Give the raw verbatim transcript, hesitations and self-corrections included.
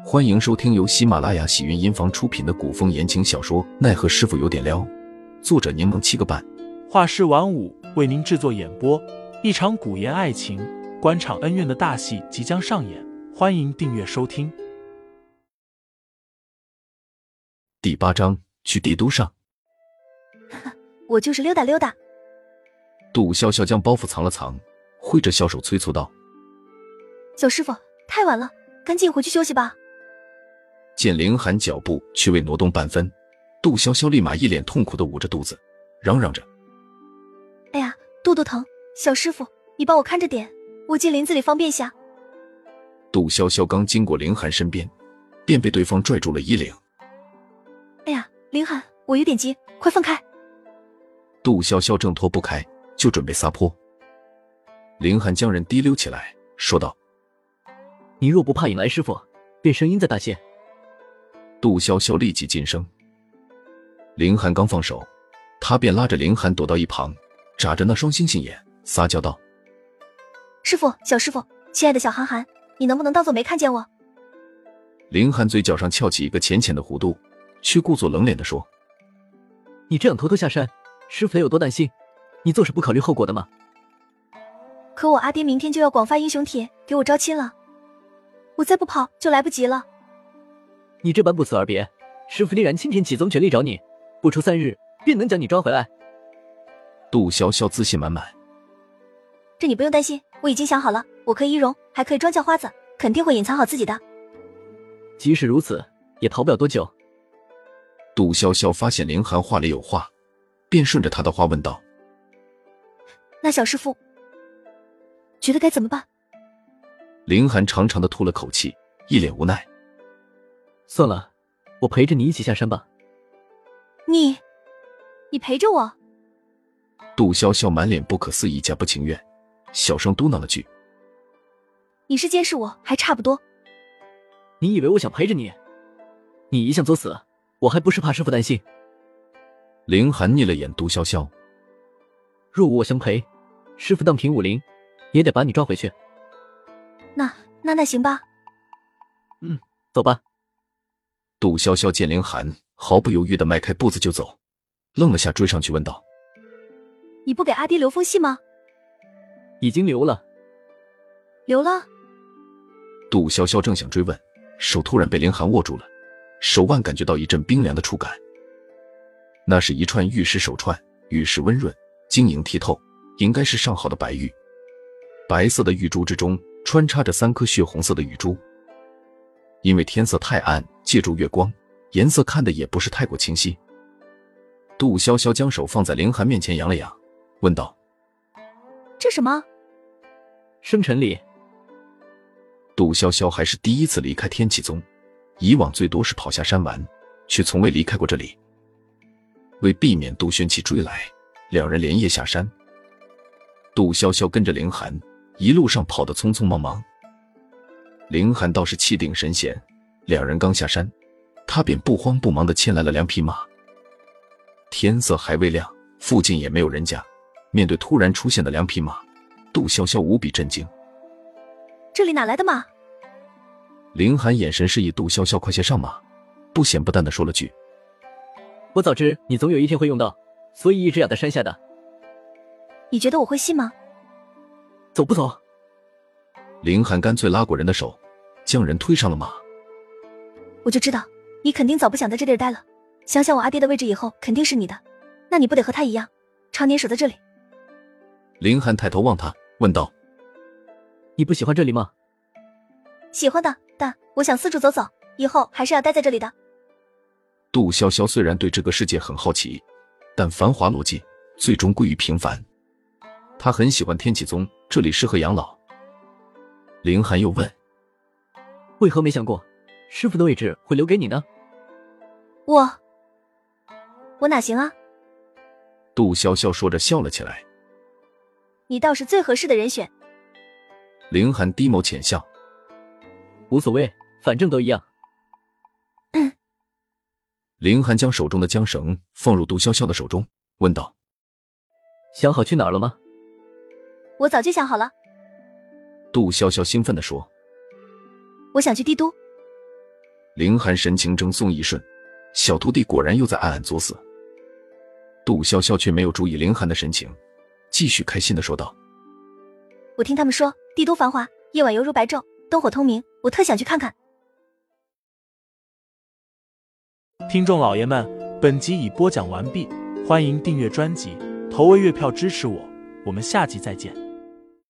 欢迎收听由喜马拉雅喜云音房出品的古风言情小说《奈何师傅有点撩》，作者柠檬七个半， 画师晚舞为您制作演播。一场古言爱情、官场恩怨的大戏即将上演，欢迎订阅收听。 第八章，去帝都上。 我就是溜达溜达。 杜潇潇将包袱藏了藏，挥着小手催促道： 小师傅，太晚了，赶紧回去休息吧。 见凌寒脚步却未挪动半分，杜潇潇立马一脸痛苦地捂着肚子，嚷嚷着： 哎呀，肚肚疼，小师傅你帮我看着点，我进林子里方便下。 杜潇潇刚经过凌寒身边，便被对方拽住了衣领。 哎呀，凌寒，我有点急，快放开。 杜潇潇挣脱不开，就准备撒泼。凌寒将人提溜起来，说道： 你若不怕引来师傅，便声音再大些。 杜潇潇立即噤声。凌寒刚放手，他便拉着凌寒躲到一旁，眨着那双星星眼，撒娇道： 师傅，小师傅，亲爱的小韩寒，你能不能当作没看见我？ 凌寒嘴角上翘起一个浅浅的弧度，却故作冷脸地说： 你这样偷偷下山，师傅得有多担心？你做事不考虑后果的吗？ 可我阿爹明天就要广发英雄帖给我招亲了，我再不跑就来不及了。 你这般不辞而别，师傅定然钦天启宗全力找你，不出三日便能将你抓回来。 杜潇潇自信满满： 这你不用担心，我已经想好了，我可以易容，还可以装叫花子，肯定会隐藏好自己的。 即使如此，也逃不了多久。 杜潇潇发现凌寒话里有话，便顺着他的话问道： 那小师傅觉得该怎么办？ 凌寒长长的吐了口气，一脸无奈： 算了，我陪着你一起下山吧。 你你陪着我？ 杜潇潇满脸不可思议加不情愿，小声嘟囔了句： 你是监视我还差不多。 你以为我想陪着你？你一向作死，我还不是怕师傅担心。 凌寒睨了眼杜潇潇： 若无我相陪，师傅荡平武林也得把你抓回去。 那那那行吧。 嗯，走吧。 杜潇潇见凌寒毫不犹豫地迈开步子就走，愣了下，追上去问道： 你不给阿爹留封信吗？ 已经留了。 留了？ 杜潇潇正想追问，手突然被凌寒握住了，手腕感觉到一阵冰凉的触感。那是一串玉石手串，玉石温润，晶莹剔透，应该是上好的白玉。白色的玉珠之中穿插着三颗血红色的玉珠。因为天色太暗，借助月光，颜色看得也不是太过清晰。杜潇潇将手放在凌寒面前扬了扬，问道： 这什么？ 生辰礼。 杜潇潇还是第一次离开天启宗，以往最多是跑下山玩，却从未离开过这里。为避免杜玄奇追来，两人连夜下山。杜潇潇跟着凌寒，一路上跑得匆匆忙忙。凌寒倒是气定神闲，两人刚下山，他便不慌不忙地牵来了两匹马。天色还未亮，附近也没有人家，面对突然出现的两匹马，杜潇潇无比震惊。 这里哪来的马？ 凌寒眼神示意杜潇潇快些上马，不咸不淡地说了句： 我早知你总有一天会用到，所以一直养在山下的。 你觉得我会信吗？ 走不走？ 凌寒干脆拉过人的手，将人推上了马。 我就知道你肯定早不想在这地儿待了，想想我阿爹的位置以后肯定是你的，那你不得和他一样常年守在这里？ 凌寒抬头望他，问道： 你不喜欢这里吗？ 喜欢的，但我想四处走走，以后还是要待在这里的。 杜潇潇虽然对这个世界很好奇，但繁华落尽，最终归于平凡。他很喜欢天启宗，这里适合养老。凌寒又问： 为何没想过师傅的位置会留给你呢？ 我我哪行啊？ 杜潇潇说着笑了起来。 你倒是最合适的人选。 凌寒低眸浅笑： 无所谓，反正都一样。 嗯。 凌寒将手中的缰绳放入杜潇潇的手中，问道： 想好去哪儿了吗？ 我早就想好了。 杜潇潇兴奋地说： 我想去帝都。 凌寒神情怔忪一瞬，小徒弟果然又在暗暗作死。杜潇潇却没有注意凌寒的神情，继续开心地说道： 我听他们说帝都繁华，夜晚犹如白昼，灯火通明，我特想去看看。 听众老爷们，本集已播讲完毕，欢迎订阅专辑，投喂月票支持我，我们下集再见。